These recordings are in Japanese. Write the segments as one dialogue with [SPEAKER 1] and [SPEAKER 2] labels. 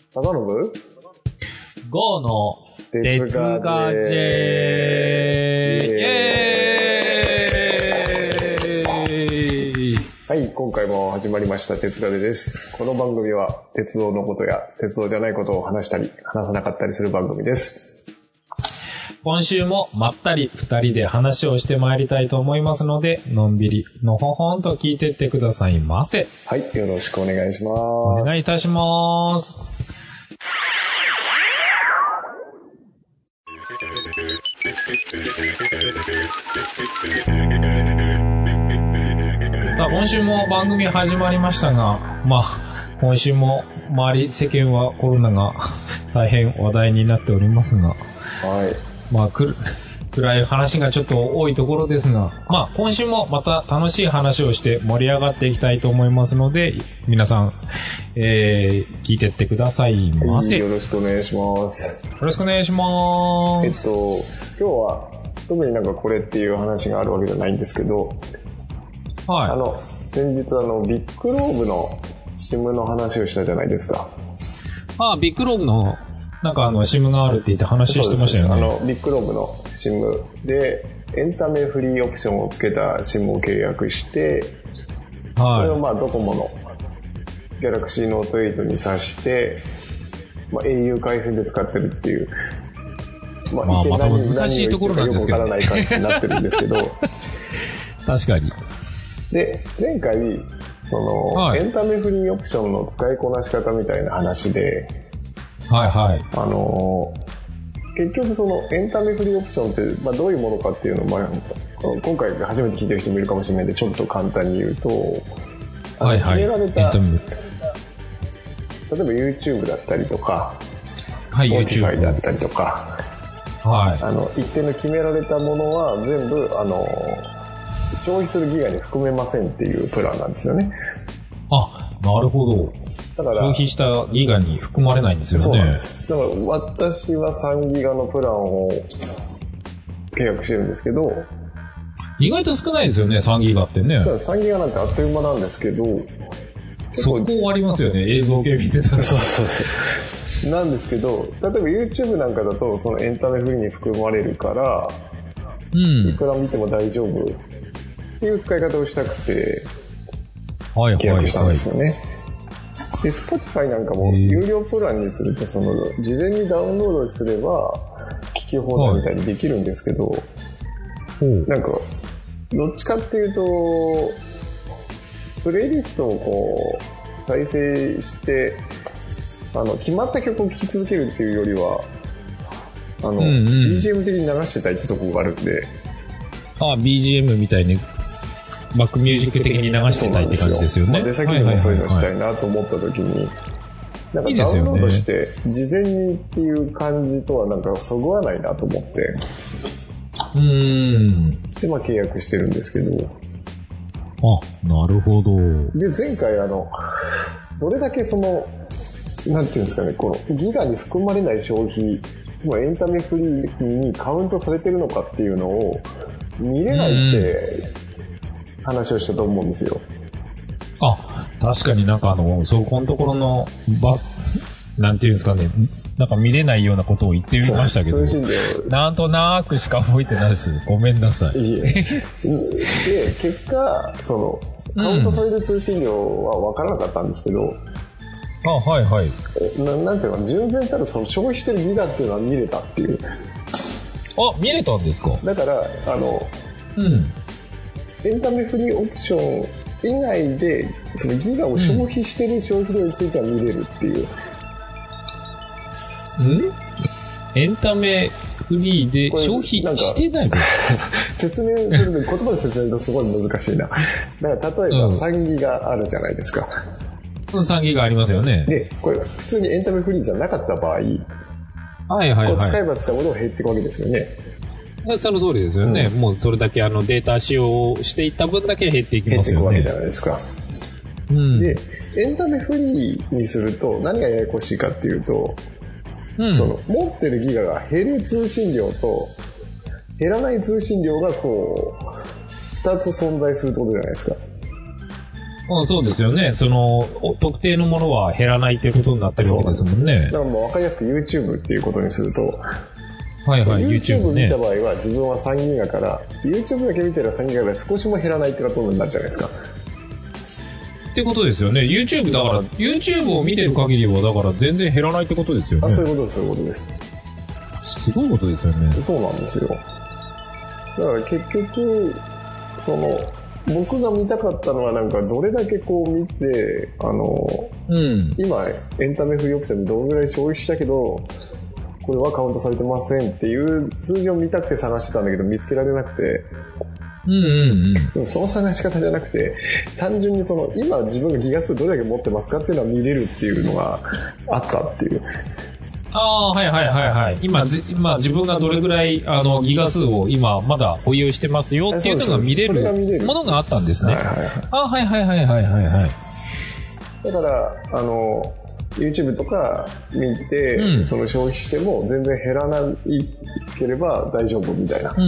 [SPEAKER 1] 高信
[SPEAKER 2] ゴーの鉄ガジェイエーイ。
[SPEAKER 1] はい、今回も始まりました鉄ガジェです。この番組は鉄道のことや鉄道じゃないことを話したり話さなかったりする番組です。
[SPEAKER 2] 今週もまったり二人で話をしてまいりたいと思いますので、のんびりのほほんと聞いてってくださいませ。
[SPEAKER 1] はい、よろしくお願いします。
[SPEAKER 2] お願いいたします。さあ、今週も番組始まりましたが、今週も世間はコロナが大変話題になっておりますが、
[SPEAKER 1] はい。
[SPEAKER 2] 暗い話がちょっと多いところですが、今週もまた楽しい話をして盛り上がっていきたいと思いますので、皆さん、聞いてってくださいませ。
[SPEAKER 1] よろしくお願いします。
[SPEAKER 2] よろしくお願いします。
[SPEAKER 1] 今日は特にこれっていう話があるわけじゃないんですけど、
[SPEAKER 2] はい。
[SPEAKER 1] 先日ビッグローブの SIM の話をしたじゃないですか。
[SPEAKER 2] ビッグローブのSIM があるって言って話してましたよね。
[SPEAKER 1] ビッグローブの SIM でエンタメフリーオプションをつけた SIM を契約して、それをドコモのギャラクシーノート8に挿して、au 回線で使ってるっていう、
[SPEAKER 2] また難しいところなんですけど、
[SPEAKER 1] よくわからない感じになってるんですけど
[SPEAKER 2] 確かに。
[SPEAKER 1] で、前回エンタメフリーオプションの使いこなし方みたいな話で、
[SPEAKER 2] はいはい。
[SPEAKER 1] 結局エンタメフリーオプションって、どういうものかっていうのを、今回初めて聞いてる人もいるかもしれないんで、ちょっと簡単に言うと、
[SPEAKER 2] はいはい。
[SPEAKER 1] 決められた、例えば YouTube だったりとか、
[SPEAKER 2] はい、
[SPEAKER 1] Spotify だったりとか、
[SPEAKER 2] はい。
[SPEAKER 1] 一定の決められたものは全部、消費するギガに含めませんっていうプランなんですよね。
[SPEAKER 2] なるほど。だから消費したギガに含まれないんですよね。
[SPEAKER 1] そうなんです。だから私は3ギガのプランを契約してるんですけど、
[SPEAKER 2] 意外と少ないですよね、3ギガってね。
[SPEAKER 1] 3ギガなんてあっという間なんですけど、
[SPEAKER 2] そこありますよね、映像系見てたら。
[SPEAKER 1] そうなんですけど、例えば YouTube なんかだとそのエンタメフリーに含まれるから、いくら見ても大丈夫っていう使い方をしたくて契約したんですよね。で、Spotify なんかも有料プランにすると事前にダウンロードすれば聞き放題みたいにできるんですけど、どっちかっていうとプレイリストを再生して決まった曲を聴き続けるっていうよりはBGM 的に流してたいってところがあるんで、
[SPEAKER 2] BGM みたいにバックミュージック的に流してたいって感じですよね。
[SPEAKER 1] 出先にもそういうのしたいなと思った時に、ダウンロードして事前にっていう感じとはそぐわないなと思って、で契約してるんですけど。
[SPEAKER 2] なるほど。
[SPEAKER 1] で、前回どれだけなんていうんですかね、このギガに含まれない消費、つまりエンタメフリーにカウントされてるのかっていうのを見れないって話をしたと思うんですよ。
[SPEAKER 2] 確かにそこのところのなんていうんですかね、見れないようなことを言ってみましたけど、なんとなくしか覚えてないです。ごめんなさい。
[SPEAKER 1] で、結果カウントされる通信量は分からなかったんですけど、
[SPEAKER 2] はいはい。
[SPEAKER 1] なんていうの、純然たる消費してるギガっていうのは見れたっていう。
[SPEAKER 2] 見れたんですか？
[SPEAKER 1] だからエンタメフリーオプション以外でギガを消費してる消費量については見れるっていう。
[SPEAKER 2] エンタメフリーで消費してない
[SPEAKER 1] 説明すると、言葉で説明するとすごい難しいな。だから例えば3ギガあるじゃないですか。
[SPEAKER 2] 3ギガありますよね。
[SPEAKER 1] で、これ普通にエンタメフリーじゃなかった場合、使えば使うほど減っていくわけですよね。
[SPEAKER 2] その通りですよね。もうそれだけデータ使用していった分だけ減っていきますよね。
[SPEAKER 1] 減っていくわけじゃないですか。で、エンタメフリーにすると何がややこしいかっていうと、持ってるギガが減る通信量と減らない通信量が2つ存在するってことじゃないですか。
[SPEAKER 2] そうですよね。特定のものは減らないっていうことになってるわけですもんね。
[SPEAKER 1] だからもう分かりやすく YouTube っていうことにすると、
[SPEAKER 2] はいはい、
[SPEAKER 1] YouTube 見た場合は自分は3ギガから、YouTube だけ見てる3ギガで少しも減らないってことになるじゃないですか。
[SPEAKER 2] ってことですよね。YouTube だから、YouTube を見てる限りは、だから全然減らないってことですよね。
[SPEAKER 1] そういうことです、そういうことです。
[SPEAKER 2] すごいことですよね。
[SPEAKER 1] そうなんですよ。だから結局、僕が見たかったのはなんかどれだけこう見て、今、エンタメフリオプションでどのぐらい消費したけど、これはカウントされてませんっていう数字を見たくて探してたんだけど見つけられなくて、でもその探し方じゃなくて、単純に今自分がギガ数どれだけ持ってますかっていうのは見れるっていうのがあったっていう。
[SPEAKER 2] はいはいはいはい。今自分がどれぐらいギガ数を今まだ保有してますよっていうのが見れるものがあったんですね。はいはいはいはいはいはい。
[SPEAKER 1] だからYouTube とか見て、消費しても全然減らないければ大丈夫みたいな。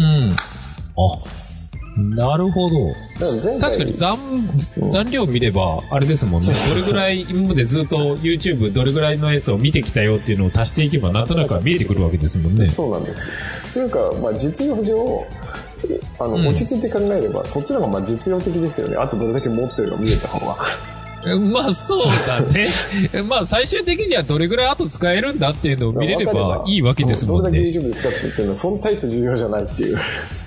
[SPEAKER 2] なるほど。確かに残量見れば、あれですもんね。どれぐらい、今までずっと YouTube どれぐらいのやつを見てきたよっていうのを足していけば、なんとなく見えてくるわけですもんね。
[SPEAKER 1] そうなんです。というか、実用上、落ち着いて考えれば、そっちの方が実用的ですよね。あとどれだけ持ってるの見えた方が。
[SPEAKER 2] そうだね。最終的にはどれぐらい後使えるんだっていうのを見れればいいわけですもんね。
[SPEAKER 1] どれだけ YouTube で使ってっていうのは、そんな大して重要じゃないっていう。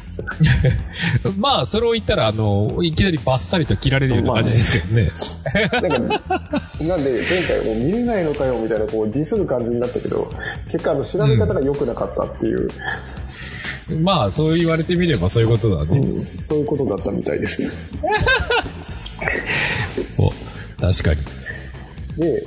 [SPEAKER 2] それを言ったら、いきなりバッサリと切られるような感じですけどね。
[SPEAKER 1] なんで、前回もう見れないのかよみたいな、ディスる感じになったけど、結果調べ方が良くなかったっていう。
[SPEAKER 2] そう言われてみればそういうことだね。
[SPEAKER 1] そういうことだったみたいです。
[SPEAKER 2] 確かに。
[SPEAKER 1] で、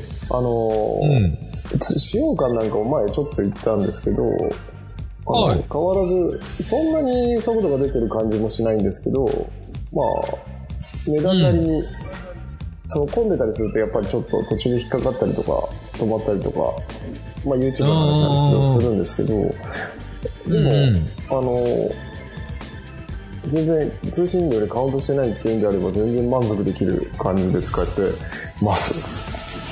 [SPEAKER 1] 使用感なんかを前ちょっと言ったんですけど、変わらず、そんなに速度が出てる感じもしないんですけど、値段なりに、混んでたりするとやっぱりちょっと途中で引っかかったりとか、止まったりとか、YouTube の話なんですけど、するんですけど、でも、全然通信量でカウントしてないっていうんであれば全然満足できる感じで使ってます。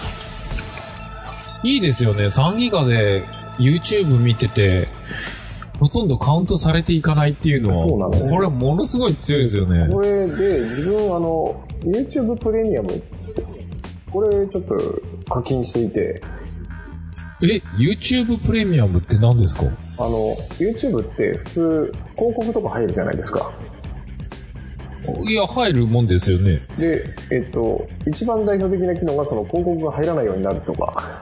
[SPEAKER 2] いいですよね。3ギガで YouTube 見てて、ほとんどカウントされていかないっていうのは、そうなんです。これはものすごい強いですよね。
[SPEAKER 1] これで自分YouTube プレミアム、これちょっと課金していて。
[SPEAKER 2] YouTube プレミアムって何ですか
[SPEAKER 1] ？YouTube って普通広告とか入るじゃないですか。
[SPEAKER 2] いや、入るもんですよね。
[SPEAKER 1] で、一番代表的な機能が広告が入らないようになるとか。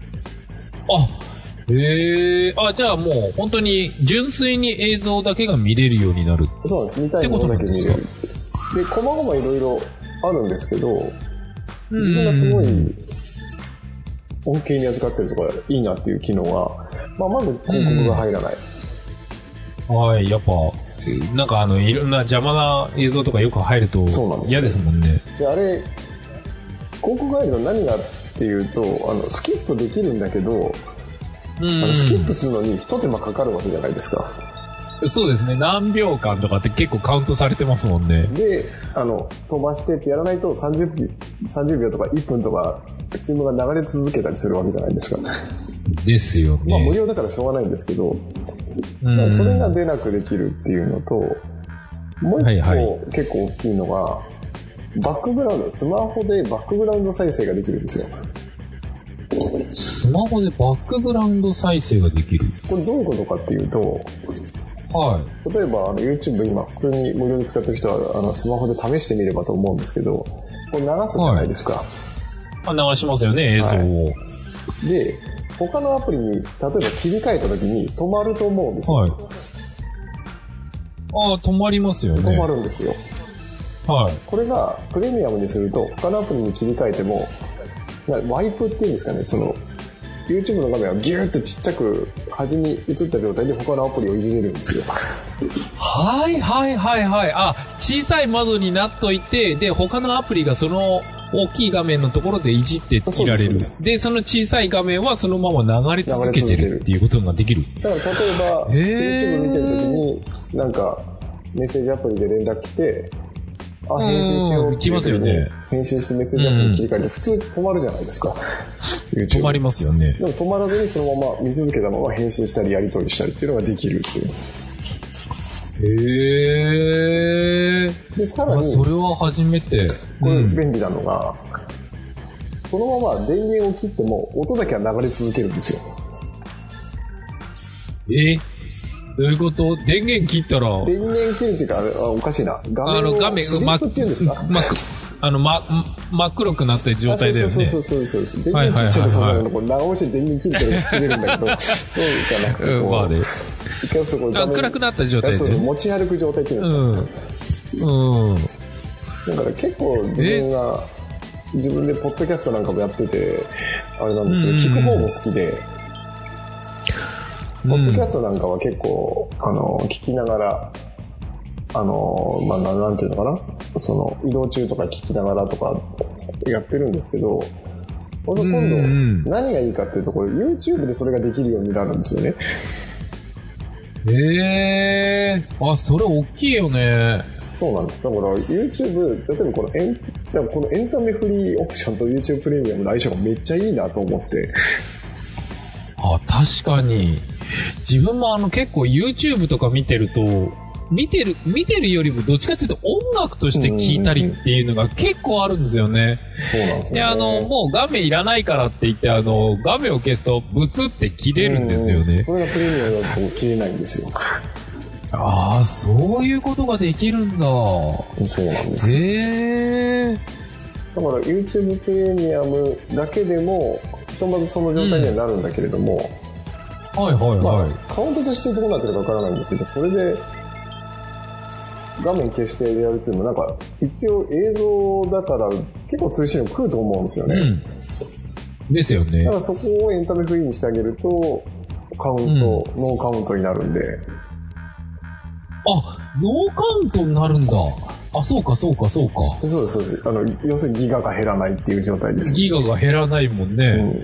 [SPEAKER 2] じゃあもう本当に純粋に映像だけが見れるようになる。
[SPEAKER 1] そうです。見たいものだけ見れる。で、細々いろいろあるんですけど、自分がすごい恩恵に預かってるところいいなっていう機能は、まず広告が入らない。
[SPEAKER 2] はい、やっぱ、なんかいろんな邪魔な映像とかよく入ると嫌ですもんね。
[SPEAKER 1] で、あれ、広告入るの何がっていうと、スキップできるんだけど、スキップするのに一手間かかるわけじゃないですか。
[SPEAKER 2] そうですね。何秒間とかって結構カウントされてますもんね。
[SPEAKER 1] で、飛ばしてってやらないと30秒とか1分とか、新聞が流れ続けたりするわけじゃないですか。
[SPEAKER 2] ですよね。
[SPEAKER 1] 無料だからしょうがないんですけど、それが出なくできるっていうのと、もう一個結構大きいのが、スマホでバックグラウンド再生ができるんですよ。
[SPEAKER 2] スマホでバックグラウンド再生ができる。
[SPEAKER 1] これどういうことかっていうと、例えばYouTube 今普通に無料で使ってる人はスマホで試してみればと思うんですけど、これ流すじゃないですか。
[SPEAKER 2] 流しますよね、映像を。
[SPEAKER 1] で、他のアプリに例えば切り替えた時に止まると思うんですよ。
[SPEAKER 2] 止まりますよね。
[SPEAKER 1] 止まるんですよ。これがプレミアムにすると他のアプリに切り替えてもワイプっていうんですかね、YouTube の画面はギューってちっちゃく端に映った状態で他のアプリをいじれるんですよ。
[SPEAKER 2] 小さい窓になっといて、で、他のアプリがその大きい画面のところでいじっていられる。で、その小さい画面はそのまま流れ続けてるっていうことができる。
[SPEAKER 1] だから例えば、YouTube 見てるときになんかメッセージアプリで連絡来て、 返信しようって
[SPEAKER 2] 来ますよね。
[SPEAKER 1] 返信してメッセージアプリに切り替えて普通止まるじゃないですか。
[SPEAKER 2] 止まりますよね。
[SPEAKER 1] でも止まらずにそのまま見続けたまま返信したりやり取りしたりっていうのができるっていう。で、さらに。
[SPEAKER 2] それは初めて。
[SPEAKER 1] これ便利なのが、そのまま電源を切っても音だけは流れ続けるんですよ。
[SPEAKER 2] どういうこと？電源切ったら。
[SPEAKER 1] 電源切るっていうか、おかしいな。画面スリップっていうんですか？
[SPEAKER 2] 真っ黒くなった状態だよね。
[SPEAKER 1] そうです。電源切っちゃうと長押しで電源切るから切れるんだけど、そうじゃなくて、
[SPEAKER 2] まあね。
[SPEAKER 1] 一回そこ
[SPEAKER 2] 暗くなった状態で。
[SPEAKER 1] そう持ち歩く状態っていうんですか。だから結構自分でポッドキャストなんかもやってて、あれなんですけど、聞く方も好きで、ポッドキャストなんかは結構、聞きながら、なんていうのかな、その移動中とか聞きながらとかやってるんですけど、今度何がいいかっていうと、これ YouTube でそれができるようになるんですよね。
[SPEAKER 2] それ大きいよね。
[SPEAKER 1] そうなんです。だから YouTube、例えばこのエンタメフリーオプションと YouTube プレミアムの相性がめっちゃいいなと思って。
[SPEAKER 2] 確かに。自分も結構 YouTube とか見てると、見てるよりもどっちかっていうと音楽として聴いたりっていうのが結構あるんですよね。
[SPEAKER 1] そうなんですよね。
[SPEAKER 2] で、もう画面いらないからって言って、画面を消すとブツって切れるんですよね。
[SPEAKER 1] これがプレミアムだと切れないんですよ。
[SPEAKER 2] そういうことができるんだ。
[SPEAKER 1] そうなんです。だから YouTube プレミアムだけでも、ひとまずその状態にはなるんだけれども、カウントとしてどうなってるかわからないんですけど、それで画面消してやるっていうのもなんか一応映像だから結構通信力食うと思うんですよね。
[SPEAKER 2] ですよね。
[SPEAKER 1] だからそこをエンタメフリーにしてあげるとノーカウントになるんで。
[SPEAKER 2] ノーカウントになるんだ。そうか。そうです。要するにギガが減らないっていう状態です。 ギガが減らないもんね。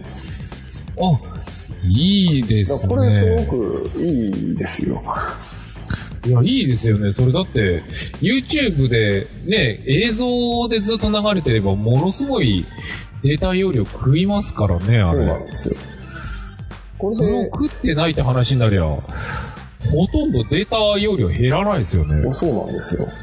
[SPEAKER 2] いいですね。
[SPEAKER 1] これすごくいいですよ。
[SPEAKER 2] いや、いいですよね。それだって、YouTube でね、映像でずっと流れてれば、ものすごいデータ容量食いますからね、あれ。
[SPEAKER 1] そうなんですよ。
[SPEAKER 2] それを食ってないって話になりゃ、ほとんどデータ容量減らないですよね。
[SPEAKER 1] そうなんですよ。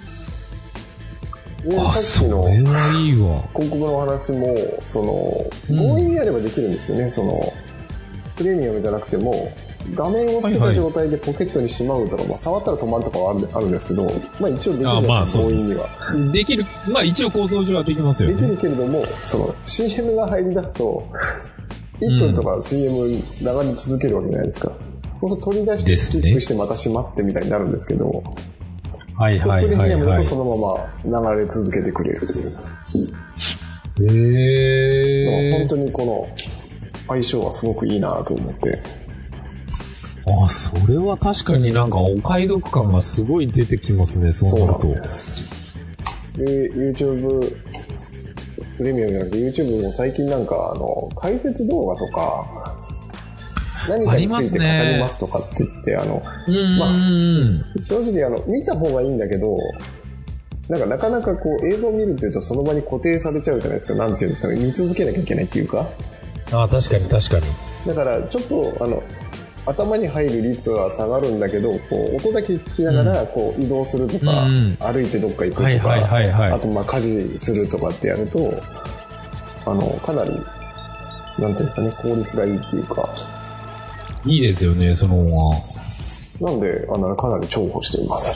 [SPEAKER 2] それはいいわ。
[SPEAKER 1] 広告の話も、強引にやればできるんですよね。プレミアムじゃなくても、画面をつけた状態でポケットにしまうとか、触ったら止まるとかはあるんですけど、一応できるんですよ、強引には。
[SPEAKER 2] できる。一応構造上はできますよね。
[SPEAKER 1] できるけれども、CM が入り出すと、1分とか CM 流れ続けるわけじゃないですか。そうすると取り出してスキップしてまた閉まってみたいになるんですけど、プレミアムだとそのまま流れ続けてくれるという。本当にこの相性はすごくいいなと思って。
[SPEAKER 2] それは確かになんかお買い得感がすごい出てきますね、そうなると。そうなんです。
[SPEAKER 1] で、YouTube プレミアムじゃなくて YouTube も最近なんか解説動画とか何かについて語りますとかって言って正直見た方がいいんだけど、なかなか映像を見るっていうとその場に固定されちゃうじゃないですか。なんていうんですかね、見続けなきゃいけないっていうか。
[SPEAKER 2] 確かに。
[SPEAKER 1] だからちょっと頭に入る率は下がるんだけど、音だけ聞きながら移動するとか、歩いてどっか行くとか、あと家事するとかってやると、かなりなんていうんですかね、効率がいいっていうか。
[SPEAKER 2] いいですよね、その方が。
[SPEAKER 1] なんでかなり重宝しています。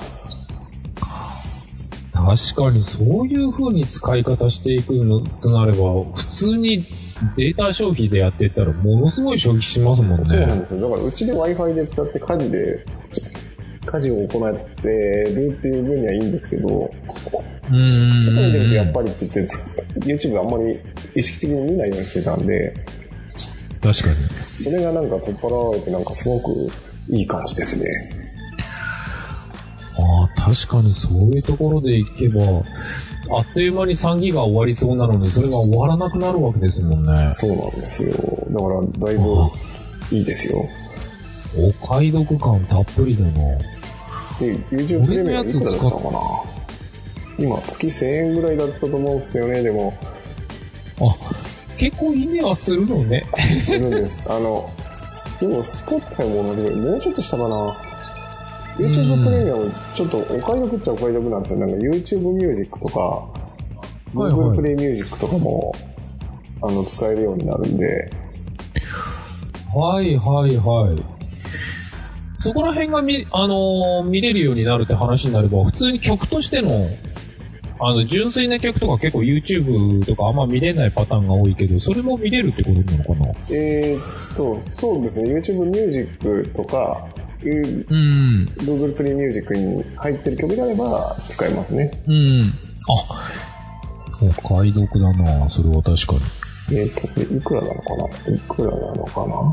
[SPEAKER 2] 確かにそういう風に使い方していくのとなれば、普通にデータ消費でやってったらものすごい消費しますもんね。
[SPEAKER 1] そうなんですよ。だからうちで Wi-Fi で使って家事を行ってるっていう分にはいいんですけど、外に出るとやっぱりって言って YouTube あんまり意識的に見ないようにしてたんで、
[SPEAKER 2] 確かに。
[SPEAKER 1] それが取っ払われてすごくいい感じですね。
[SPEAKER 2] 確かにそういうところでいけば、あっという間に3ギガ終わりそうなのに、それが終わらなくなるわけですもんね。
[SPEAKER 1] そうなんですよ。だからだいぶいいですよ。
[SPEAKER 2] お買い得感たっぷりだな。
[SPEAKER 1] で、YouTube プレミアムいくらだったのかな。 今月1000円ぐらいだったと思うんですよね、でも。
[SPEAKER 2] 結構いいねはするのね。
[SPEAKER 1] するんです。でも Spotify ももうちょっとしたかな。YouTube プレミアムちょっとお買い得っちゃお買い得なんですよ。なんか YouTube ミュージックとか Google プレイミュージックとかも使えるようになるんで。
[SPEAKER 2] はいはいはい。そこら辺が見れるようになるって話になれば、普通に曲としての純粋な曲とか結構 YouTube とかあんま見れないパターンが多いけど、それも見れるってことなのかな？
[SPEAKER 1] そうですね。YouTube ミュージックとか、Google プレイミュージックに入ってる曲であれば使えますね。
[SPEAKER 2] お買い得だな、それは確かに。
[SPEAKER 1] いくらなのかな？いくらなのかな？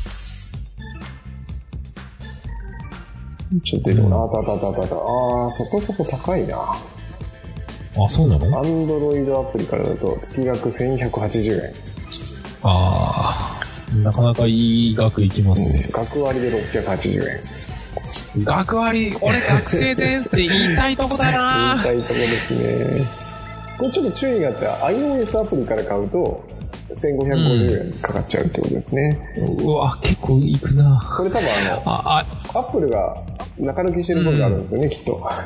[SPEAKER 1] ちょっと出てこない。そこそこ高いな。
[SPEAKER 2] そうなの
[SPEAKER 1] ？Android アプリからだと月額1180円。
[SPEAKER 2] なかなかいい額いきますね。
[SPEAKER 1] 額割りで680
[SPEAKER 2] 円。額割り、俺学生ですって言いたいとこだな。
[SPEAKER 1] 言いたいとこですね。これちょっと注意があって、iOS アプリから買うと1550円かかっちゃうってことですね。
[SPEAKER 2] うわ、結構いくな。
[SPEAKER 1] これ多分Apple が中抜きしてることがあるんですよね、きっと。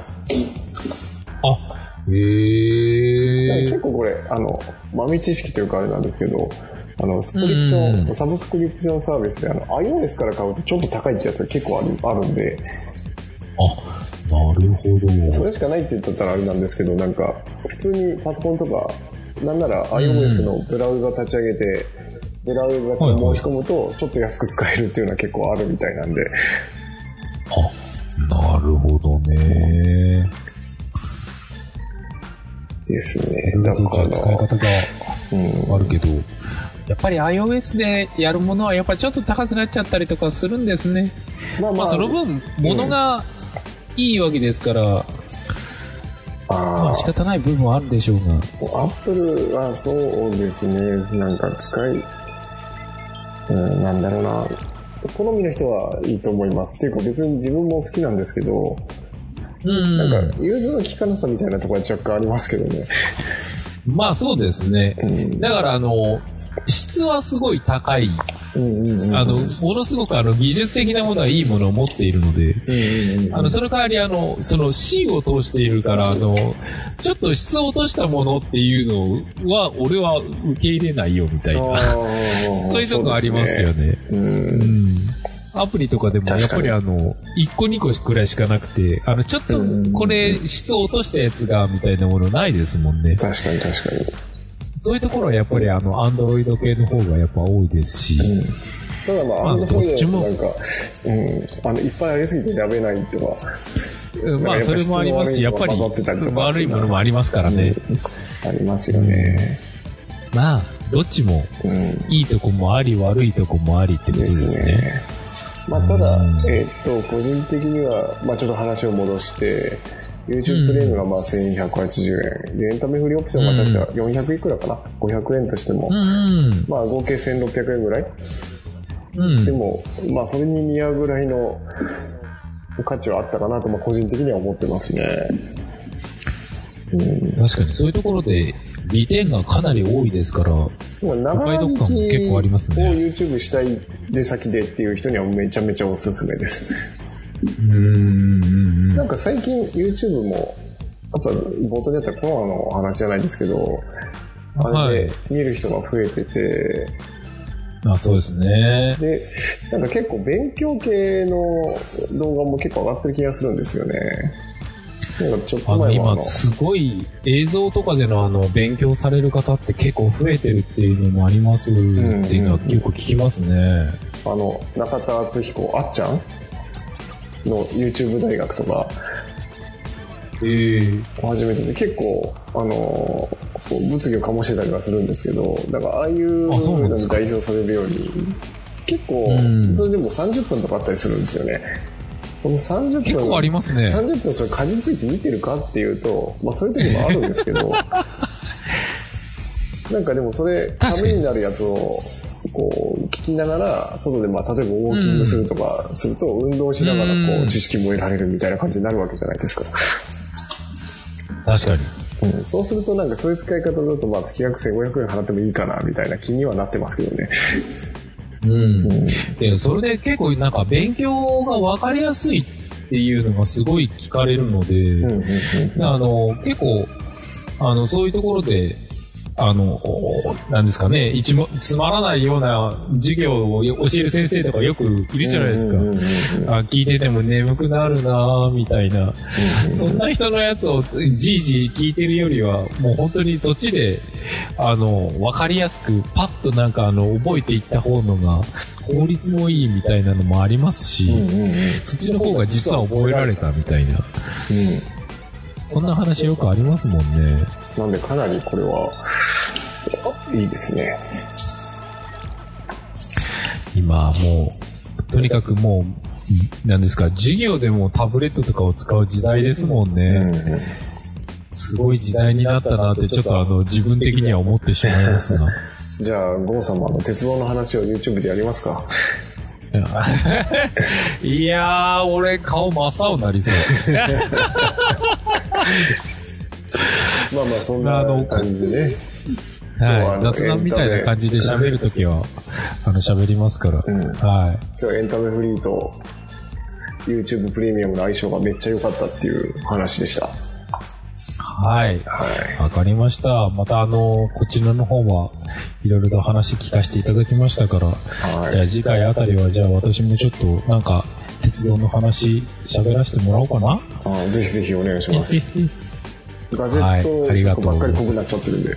[SPEAKER 1] 結構これ豆知識というかあれなんですけど、サブスクリプションサービスでiOS から買うとちょっと高いってやつが結構あるんで。
[SPEAKER 2] なるほど。
[SPEAKER 1] それしかないって言ったらあれなんですけど、なんか普通にパソコンとかなんなら iOS のブラウザ立ち上げて、ブラウザから申し込むとちょっと安く使えるっていうのは結構あるみたいなんで。
[SPEAKER 2] なるほどね。
[SPEAKER 1] ですね。だから
[SPEAKER 2] 使い方があるけど、やっぱり iOS でやるものはやっぱりちょっと高くなっちゃったりとかするんですね。その分物がいいわけですから、仕方ない部分はあるでしょうが。
[SPEAKER 1] Apple はそうですね。なんかなんだろうな。好みの人はいいと思います。っていうか別に自分も好きなんですけど、なんか融通の利かなさみたいなところは若干ありますけどね。
[SPEAKER 2] そうですね。だから質はすごい高い。ものすごく技術的なものはいいものを持っているので、その代わりその C を通しているからちょっと質を落としたものっていうのは俺は受け入れないよみたいなそういうとこありますよね。アプリとかでもやっぱり1個2個くらいしかなくて、ちょっとこれ質を落としたやつがみたいなものないですもんね。
[SPEAKER 1] 確かに。
[SPEAKER 2] そういうところはやっぱりAndroid 系の方がやっぱ多いですし。
[SPEAKER 1] ただどっちもなんか、いっぱいありすぎて選べないとか。
[SPEAKER 2] それもありますし、やっぱり悪いものもありますからね。
[SPEAKER 1] ありますよね。
[SPEAKER 2] どっちもいいとこもあり悪いとこもありってことですね。
[SPEAKER 1] ただ、個人的には、ちょっと話を戻して、YouTube プレミアムが1180円。で、エンタメフリーオプションが確か400いくらかな ?500 円としても。合計1600円ぐらい。でも、それに見合うぐらいの価値はあったかなと、個人的には思ってますね。
[SPEAKER 2] 確かにそういうところで利点がかなり多いですから、お買い得感も結構ありますね。
[SPEAKER 1] YouTube したい出先でっていう人にはめちゃめちゃおすすめです。なんか最近 YouTube も、やっぱ冒頭でやったコロナの話じゃないですけど、あれで見る人が増えてて、
[SPEAKER 2] そうですね。
[SPEAKER 1] で、なんか結構勉強系の動画も結構上がってる気がするんですよね。なんかちょっと前
[SPEAKER 2] 今すごい映像とかでの勉強される方って結構増えてるっていうのもありますっていうのは結構聞きますね。
[SPEAKER 1] 中田敦彦あっちゃんの YouTube 大学とか初めてで結構物議を醸してたりはするんですけど、だからああいうのに代表されるように結構それでも30分とかあったりするんですよね。この30分
[SPEAKER 2] 結構ありますね。
[SPEAKER 1] 30分それかじついて見てるかっていうと、そういう時もあるんですけどなんかでもそれためになるやつをこう聞きながら外で例えばウォーキングするとかすると運動しながらこう知識も得られるみたいな感じになるわけじゃないですか。
[SPEAKER 2] 確かに。
[SPEAKER 1] そうするとなんかそういう使い方だとまあ月額1500円払ってもいいかなみたいな気にはなってますけどね。
[SPEAKER 2] でそれで結構なんか勉強が分かりやすいっていうのがすごい聞かれるので、結構そういうところでなんですかね、つまらないような授業を教える先生とかよくいるじゃないですか。聞いてても眠くなるなぁ、みたいな。そんな人のやつをじいじい聞いてるよりは、もう本当にそっちで、わかりやすく、パッとなんか覚えていった方のが、効率もいいみたいなのもありますし、そっちの方が実は覚えられたみたいな。そんな話よくありますもんね。
[SPEAKER 1] なんでかなりこれはいいですね。
[SPEAKER 2] 今もうとにかくもう何ですか、授業でもタブレットとかを使う時代ですもんね。すごい時代になったなってちょっと自分的には思ってしまいますが。
[SPEAKER 1] じゃあゴン様の鉄道の話を YouTube でやりますか？
[SPEAKER 2] いやー、俺顔真っ青になりそう。
[SPEAKER 1] まあまあそんな感じでね。
[SPEAKER 2] はい、雑談みたいな感じで喋るときは喋りますから。はい。
[SPEAKER 1] 今日はエンタメフリーと YouTube プレミアムの相性がめっちゃ良かったっていう話でした。
[SPEAKER 2] はい。わかりました。またこちらの方はいろいろと話聞かせていただきましたから、じゃあ次回あたりはじゃあ私もちょっとなんか鉄道の話喋らせてもらおうかな。
[SPEAKER 1] ぜひぜひお願いします。ガジェットばっかり濃くなっちゃってるんで。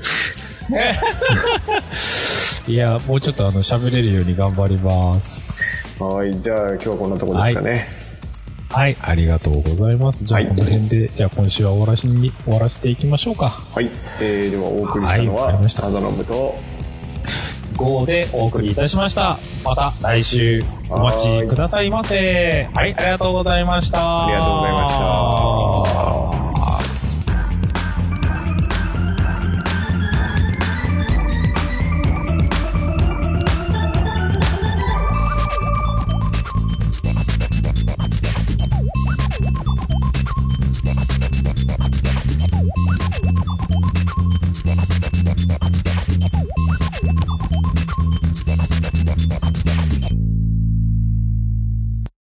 [SPEAKER 2] いや、もうちょっと喋れるように頑張ります。
[SPEAKER 1] はい、じゃあ今日はこんなとこですかね。
[SPEAKER 2] はい、ありがとうございます。じゃあこの辺で、じゃあ今週は終わらせていきましょうか。
[SPEAKER 1] はい、ではお送りしたのは、アザノブと
[SPEAKER 2] GOでお送りいたしました。また来週お待ちくださいませ。はい、ありがとうございました。
[SPEAKER 1] ありがとうございました。